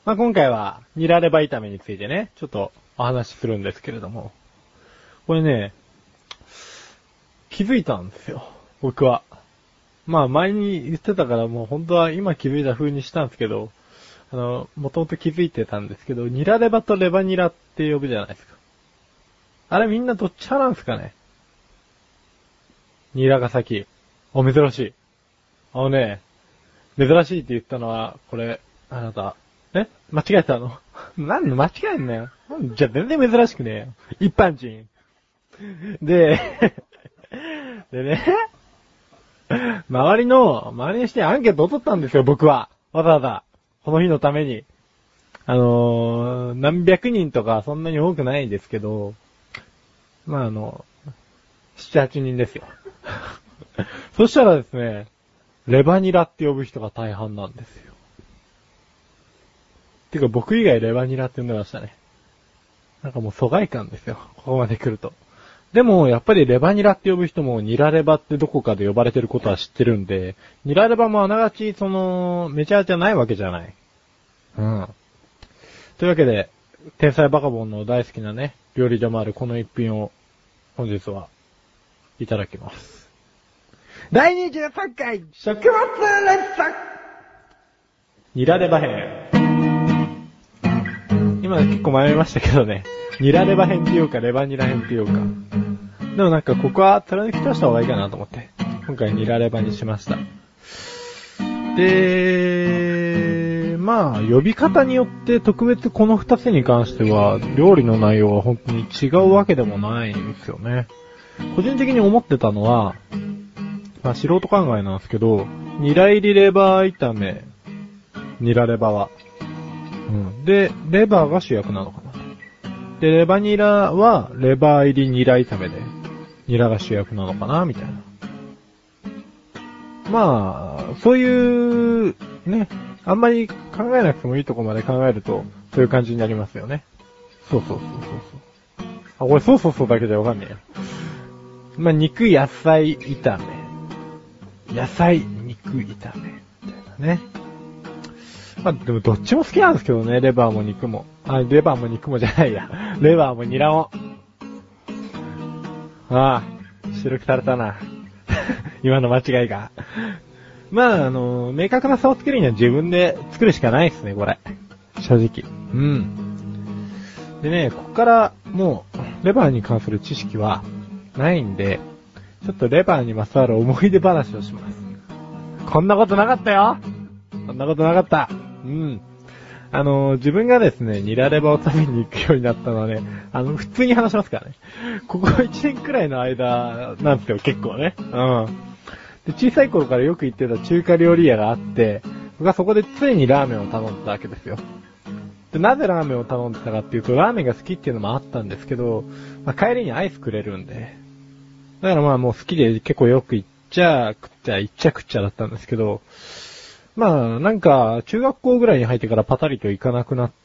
まあ、今回は、ニラレバ炒めについてね、ちょっとお話しするんですけれども。これね、気づいたんですよ。僕は。まあ、前に言ってたからもう本当は今気づいた風にしたんですけど、もともと気づいてたんですけど、ニラレバとレバニラって呼ぶじゃないですか。あれみんなどっち派なんですかね？ニラが先。珍しい。珍しいって言ったのは、これ、あなた、間違えたの？なんで間違えんなよ。じゃあ全然珍しくねえよ。一般人。で、でね、周りにしてアンケートを取ったんですよ、僕は。わざわざ。この日のために。何百人とかそんなに多くないんですけど、まあ7、8人ですよ。そしたらですね、レバニラって呼ぶ人が大半なんですよ。てか僕以外レバニラって呼んでましたね。なんかもう疎外感ですよ。ここまで来ると。でも、やっぱりレバニラって呼ぶ人もニラレバってどこかで呼ばれてることは知ってるんで、ニラレバもあながち、めちゃめちゃないわけじゃない。うん。というわけで、天才バカボンの大好きなね、料理でもあるこの一品を、本日はいただきます。第23回食物レッスンニラレバ編。今結構迷いましたけどね。ニラレバ編っていうか、レバニラ編っていうか。でもなんかここは貫き通した方がいいかなと思って、今回ニラレバにしました。で、まあ、呼び方によって特別この二つに関しては、料理の内容は本当に違うわけでもないんですよね。個人的に思ってたのは、まあ素人考えなんですけど、ニラ入りレバー炒め、ニラレバは。で、レバーが主役なのかな。で、レバニラはレバー入りニラ炒めで、ニラが主役なのかなみたいな。まあ、そういう、ね、あんまり考えなくてもいいとこまで考えると、そういう感じになりますよね。そう。あ、これそうだけじゃわかんねえよ。まあ、肉野菜炒め。野菜肉炒め。みたいなね。まあ、でもどっちも好きなんですけどね、レバーも肉も。レバーも肉もじゃないや。レバーもニラも。ああ、白くされたな。今の間違いが。まあ、明確な差をつけるには自分で作るしかないですね、これ。正直。でね、ここからもう、レバーに関する知識はないんで、ちょっとレバーにまつわる思い出話をします。こんなことなかったよ。そんなことなかった。自分がですね、ニラレバを食べに行くようになったのはね、普通に話しますからね。ここ1年くらいの間なんですよ、結構ね。で、小さい頃からよく行ってた中華料理屋があって、僕はそこでついにラーメンを頼んでたわけですよ。で、なぜラーメンを頼んでたかっていうと、ラーメンが好きっていうのもあったんですけど、まあ、帰りにアイスくれるんで。だからまあもう好きで結構よく行っちゃ食っちゃだったんですけど、まあ、なんか、中学校ぐらいに入ってからパタリと行かなくなって、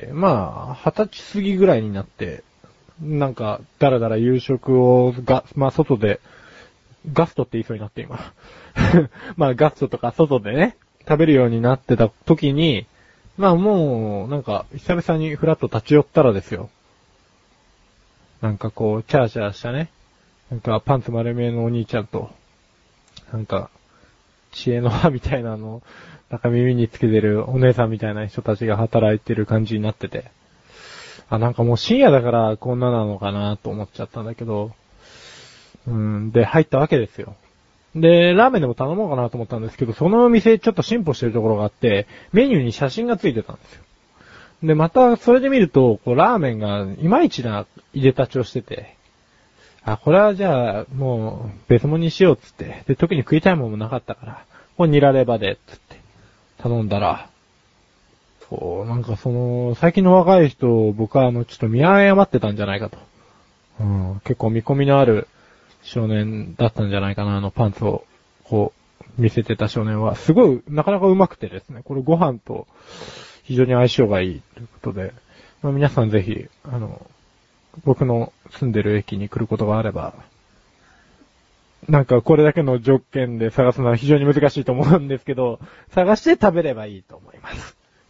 まあ、20歳過ぎぐらいになって、なんか、だらだら夕食をまあ、外で、ガストって言いそうになって今。まあ、ガストとか外でね、食べるようになってた時に、まあもう、なんか、久々にフラッと立ち寄ったらですよ。なんかこう、チャーチャーしたね。なんか、パンツ丸めのお兄ちゃんと、なんか、知恵の輪みたいなの、なんか耳につけてるお姉さんみたいな人たちが働いてる感じになってて。なんかもう深夜だからこんななのかなと思っちゃったんだけど。で、入ったわけですよ。で、ラーメンでも頼もうかなと思ったんですけど、そのお店ちょっと進歩してるところがあって、メニューに写真がついてたんですよ。で、またそれで見ると、こうラーメンがいまいちな入れたちをしてて、これはじゃあ、もう、別物にしようっつって。で、特に食いたいものもなかったから、これニラレバで、つって、頼んだら、そう、なんか最近の若い人を僕はちょっと見誤ってたんじゃないかと。結構見込みのある少年だったんじゃないかな、パンツを、こう、見せてた少年は。すごい、なかなか上手くてですね、これご飯と非常に相性がいいということで、まあ、皆さんぜひ、僕の住んでる駅に来ることがあれば、なんかこれだけの条件で探すのは非常に難しいと思うんですけど、探して食べればいいと思います。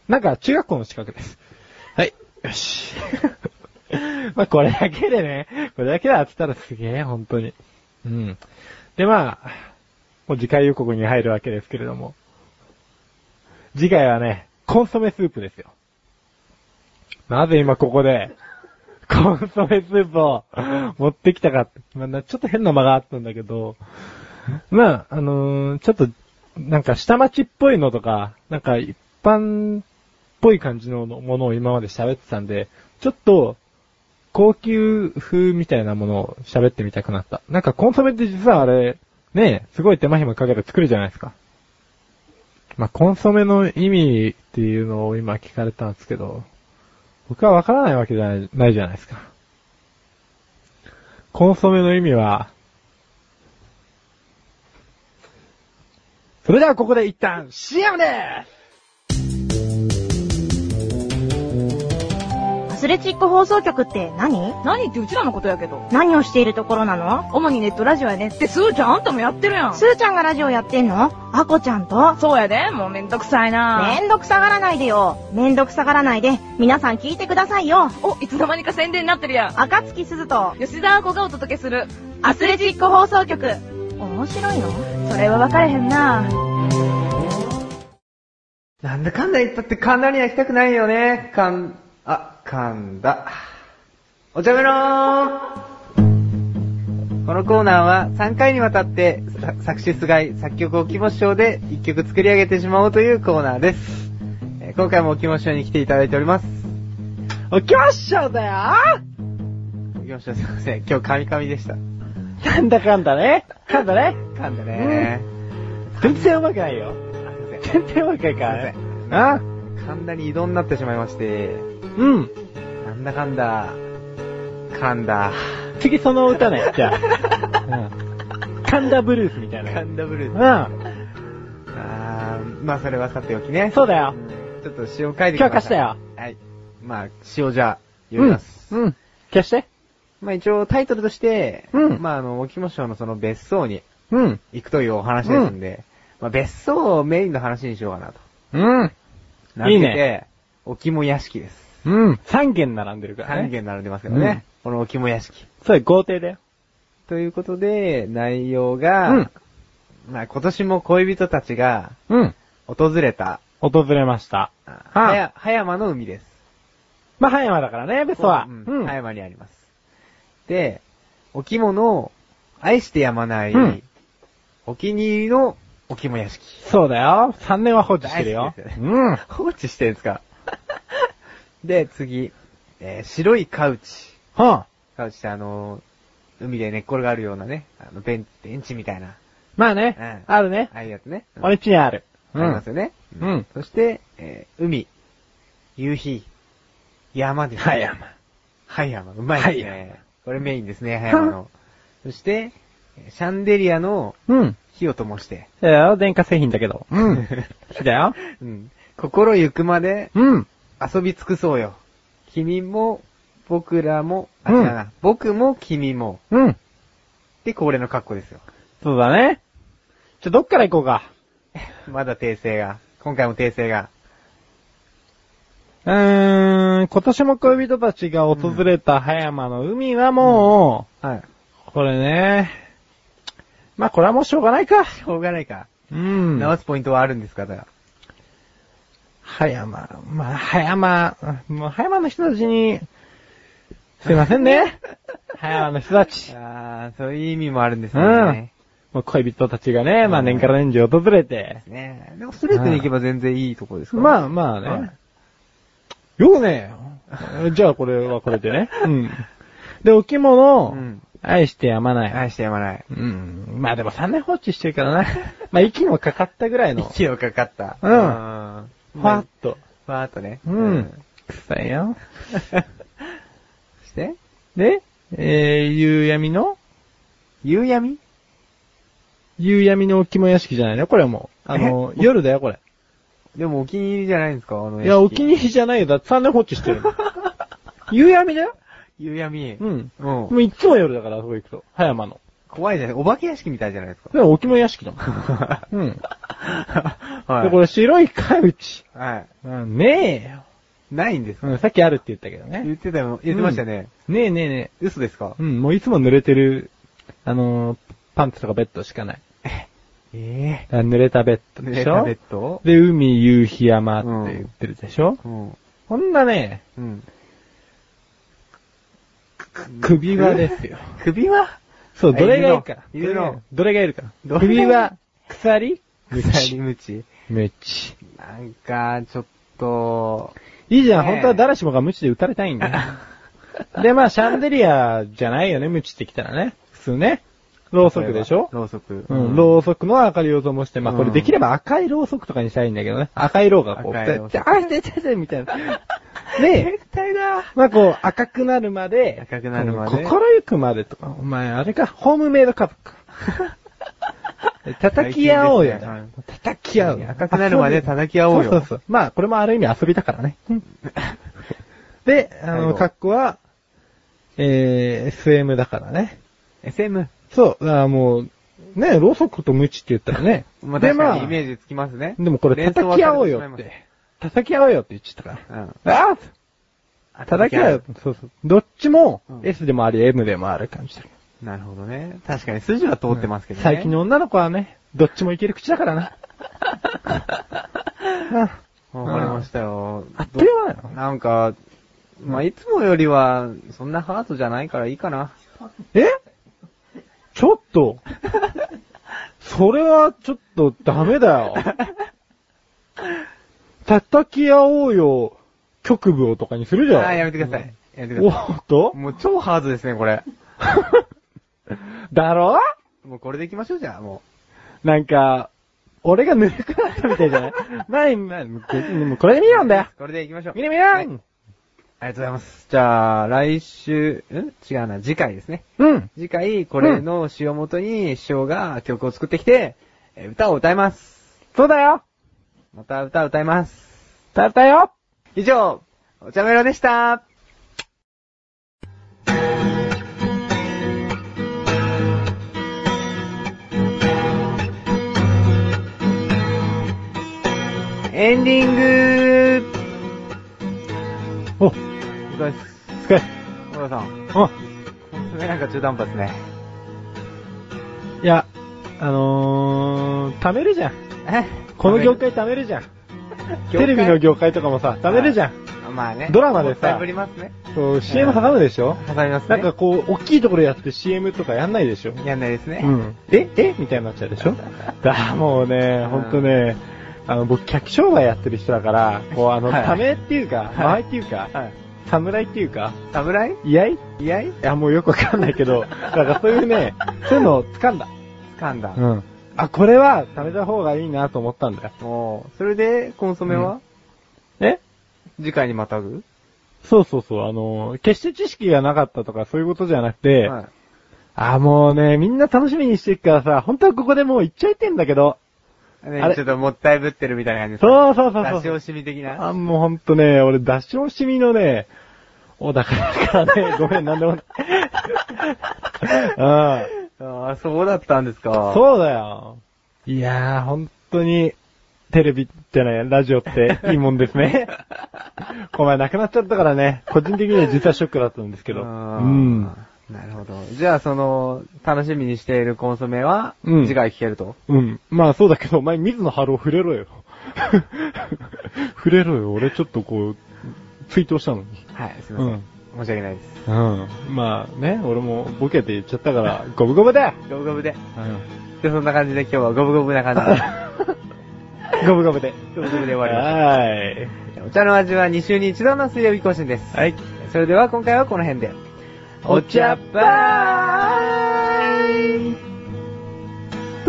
なんか中学校の近くです。はい。よし。まあこれだけでね、これだけで当てたらすげえ、本当に。うん。でまあ、もう次回予告に入るわけですけれども。次回はね、コンソメスープですよ。なぜ今ここで、コンソメスープを持ってきたかって。まあ、ちょっと変な間があったんだけど、まあ、ちょっと、なんか下町っぽいのとか、なんか一般っぽい感じのものを今まで喋ってたんで、ちょっと、高級風みたいなものを喋ってみたくなった。なんかコンソメって実はあれ、ね、すごい手間暇かけて作るじゃないですか。まあ、コンソメの意味っていうのを今聞かれたんですけど、僕はわからないわけじゃないじゃないですか。コンソメの意味は、それではここで一旦 CM でーす。 アスレチック放送局って何ってうちらのことやけど。 何をしているところなの？ 主にネットラジオやねってスーちゃんあんたもやってるやん。 スーちゃんがラジオやってんの？アコちゃんと？ そうやで、もうめんどくさいな。 めんどくさがらないでよ。めんどくさがらないで、皆さん聞いてくださいよ。 お、いつの間にか宣伝になってるやん。 赤月鈴と吉田アコがお届けするアスレチック放送局。面白いの？ それは分かれへんな。 なんだかんだ言ったって神田には行きたくないよね。神田。お茶メロー。このコーナーは3回にわたって作詞菅井、作曲沖本賞で1曲作り上げてしまおうというコーナーです。今回も沖本賞に来ていただいております。 沖本賞だよ沖本賞すいません。今日カミカミでした。 なんだかんだね。噛んだね。全然うまくないよ。全然うまくないからね。あ神田に移動になってしまいまして。 うん。 なんだかんだ。神田。 次その歌ね、じゃあ。神田ブルースみたいな。 神田ブルース。まあそれはさておきね。 そうだよ。 ちょっと詩を書いてきました。 強化したよ。 はい。まあ詩をじゃあ、読みます。 消して。 まあ一応タイトルとして、まあ沖本賞のその別荘に、行くというお話ですんで、まあ別荘をメインの話にしようかなと。 いいね。 沖本屋敷です。 3軒並んでるからね。 3軒並んでますけどね。この沖本屋敷。 それ豪邸だよ。 ということで、内容が、まあ今年も恋人たちが、訪れました。 葉山の海です。 まあ葉山だからね、別荘は。 葉山にあります。で、沖本の愛してやまない、お気に入りの沖本屋敷。 そうだよ。3年は放置してるよ。 放置してるんですか。で、次、白いカウチ。カウチって海で寝っ転がるようなね、ベンチみたいな。 まあね、あるね。 ああいうやつね。 お家にある。 ありますよね。そして、海、夕日、山ですね。葉山。うまいですね。これメインですね、葉山の。そして、シャンデリアの、火を灯して。 そうだよ、電化製品だけど。火だよ。 心ゆくまで、遊び尽くそうよ。君も、僕らも、違うな。僕も君も。で、恒例の格好ですよ。 そうだね。どっから行こうか。 まだ訂正が。今回も訂正が。 今年も恋人たちが訪れた葉山の海はもう、これね。まあ、これはもうしょうがないか。 しょうがないか。直すポイントはあるんですか、だから。 葉山もう葉山の人たちに、すいませんね。葉山の人たち。 そういう意味もあるんですね。 もう恋人たちがね、まあ年から年中訪れて。 ねでもストレートに行けば全然いいとこですから。 まあね。よね。じゃあこれはこれでね。で、沖物、愛してやまない。 愛してやまない。 まあでも3年放置してるからな。まあ息もかかったぐらいの。 息もかかった。 ふわーっと。 ふわーっとね。 臭いよ。 して？ で、夕闇の夕闇の沖物屋敷じゃないね、これはもう。夜だよ、これ。 でもお気に入りじゃないんですか、 いや、お気に入りじゃないよ。だって3年放置してる。夕闇だよ。 夕闇。 もういつも夜だから、そこ行くと。葉山の。 怖いじゃない。お化け屋敷みたいじゃないですか。 でも置物屋敷だもん。うん。 はい。 で、これ白い貝打ち。 はい。 ねえよ。 ないんですか？ さっきあるって言ったけどね。 言ってましたね。 ねえねえねえ。 嘘ですか？ もういつも濡れてる、パンツとかベッドしかない。濡れたベッドでしょ？ 濡れたベッド？ で、海、夕日、山って言ってるでしょ？こんなね、首輪ですよ。 首輪？ そう、どれがいいか。 いるの。 どれがいるか。首輪、鎖？ 鎖ムチ。 ムチ。 なんか、ちょっと、 いいじゃん、本当は誰しもがムチで撃たれたいんだよ。で、まあ、シャンデリアじゃないよね、ムチってきたらね。普通ね。ろうそくでしょ？ ろうそく。 ろうそくの明かりを灯して、まあ、これできれば赤いろうそくとかにしたいんだけどね。赤いろうがこう、みたいな。で、まあ、こう、赤くなるまで、心ゆくまでとか、お前、あれか、ホームメイドカップか。叩き合おうよ。叩き合う。 赤くなるまで叩き合おうよ。 そうそう。まあ、これもある意味遊びだからね。で、カッコは、SM だからね。 SM？ そう。だからもう、ね、ろうそくとムチって言ったらね。 まあ、確かにイメージつきますね。 でもこれ叩き合おうよって。叩き合おうよって言っちゃったから。叩き合うよ。そうそう。どっちも、S でもあり、M でもある感じだ。 なるほどね。確かに筋は通ってますけどね。 最近の女の子はね、どっちもいける口だからな。 わかりましたよ。 あっという間だよ。 なんか、まあ、いつもよりは、そんなハートじゃないからいいかな。 ちょっと、それはちょっとダメだよ。叩き合おうよ、局部をとかにするじゃん。 やめてください。やめてください。 おっと？ もう超ハードですね、これ。 だろ？ もうこれでいきましょう、じゃあ、もう。なんか、俺がぬるくなったみたいじゃないもうこれで見よんだよ。 これでいきましょう。 見れ見れん。 ありがとうございます。じゃあ、来週、違うな、次回ですね。次回、これの詩をもとに、師匠が曲を作ってきて、歌を歌います。 そうだよ。 また歌います。 歌よ。 以上、お茶メロでした。エンディングお、 お疲れです。 お疲れ。 小田さん。 お。 なんか中途半端ですね。 いや、貯めるじゃん。この業界貯めるじゃん。テレビの業界とかもさ、貯めるじゃん。 まあね。 ドラマでさ、そう、CM 挟むでしょ？ 挟みますね。 なんかこう、大きいところやって CM とかやんないでしょ？ やんないですね。 みたいになっちゃうでしょ？もうね、ほんとね、僕、客商売やってる人だから、こう、ためっていうか、間合いっていうか、侍っていうか、 侍？ 居合？ 居合？ いや、もうよくわかんないけど、なんかそういうね、そういうのを掴んだ。これは食べた方がいいなと思ったんだよ。 それで、コンソメは？次回にまたぐ？ そう。決して知識がなかったとかそういうことじゃなくて、もうね、みんな楽しみにしてるからさ、本当はここでもう行っちゃいてんだけど、 ちょっともったいぶってるみたいな感じですか？そう。 出し惜しみ的な。 もうほんとね、俺出し惜しみのね、だからね、ごめん、なんでもない。 そうだったんですか。 そうだよ。いやー、ほんとに、テレビじゃない、ラジオっていいもんですね。この前亡くなっちゃったからね、個人的には実はショックだったんですけど。 なるほど。じゃあ楽しみにしているコンソメは、次回聞けると？ まあそうだけど、お前水野春を触れろよ。触れろよ。俺ちょっとこう、追悼したのに。 はい、すいません。申し訳ないです。 まあね、俺もボケて言っちゃったから、ゴブゴブだよ。 ゴブゴブで。で、そんな感じで今日はゴブゴブな感じで。 ゴブゴブで。 ゴブゴブで終わりました。お茶の味は2週に1度の水曜日更新です。 はい。 それでは今回はこの辺で。お茶っぱーい。ブ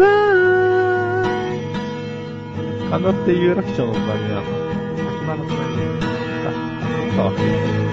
ーン。 かなって有楽町の隣なの。 今の隣です。 そう。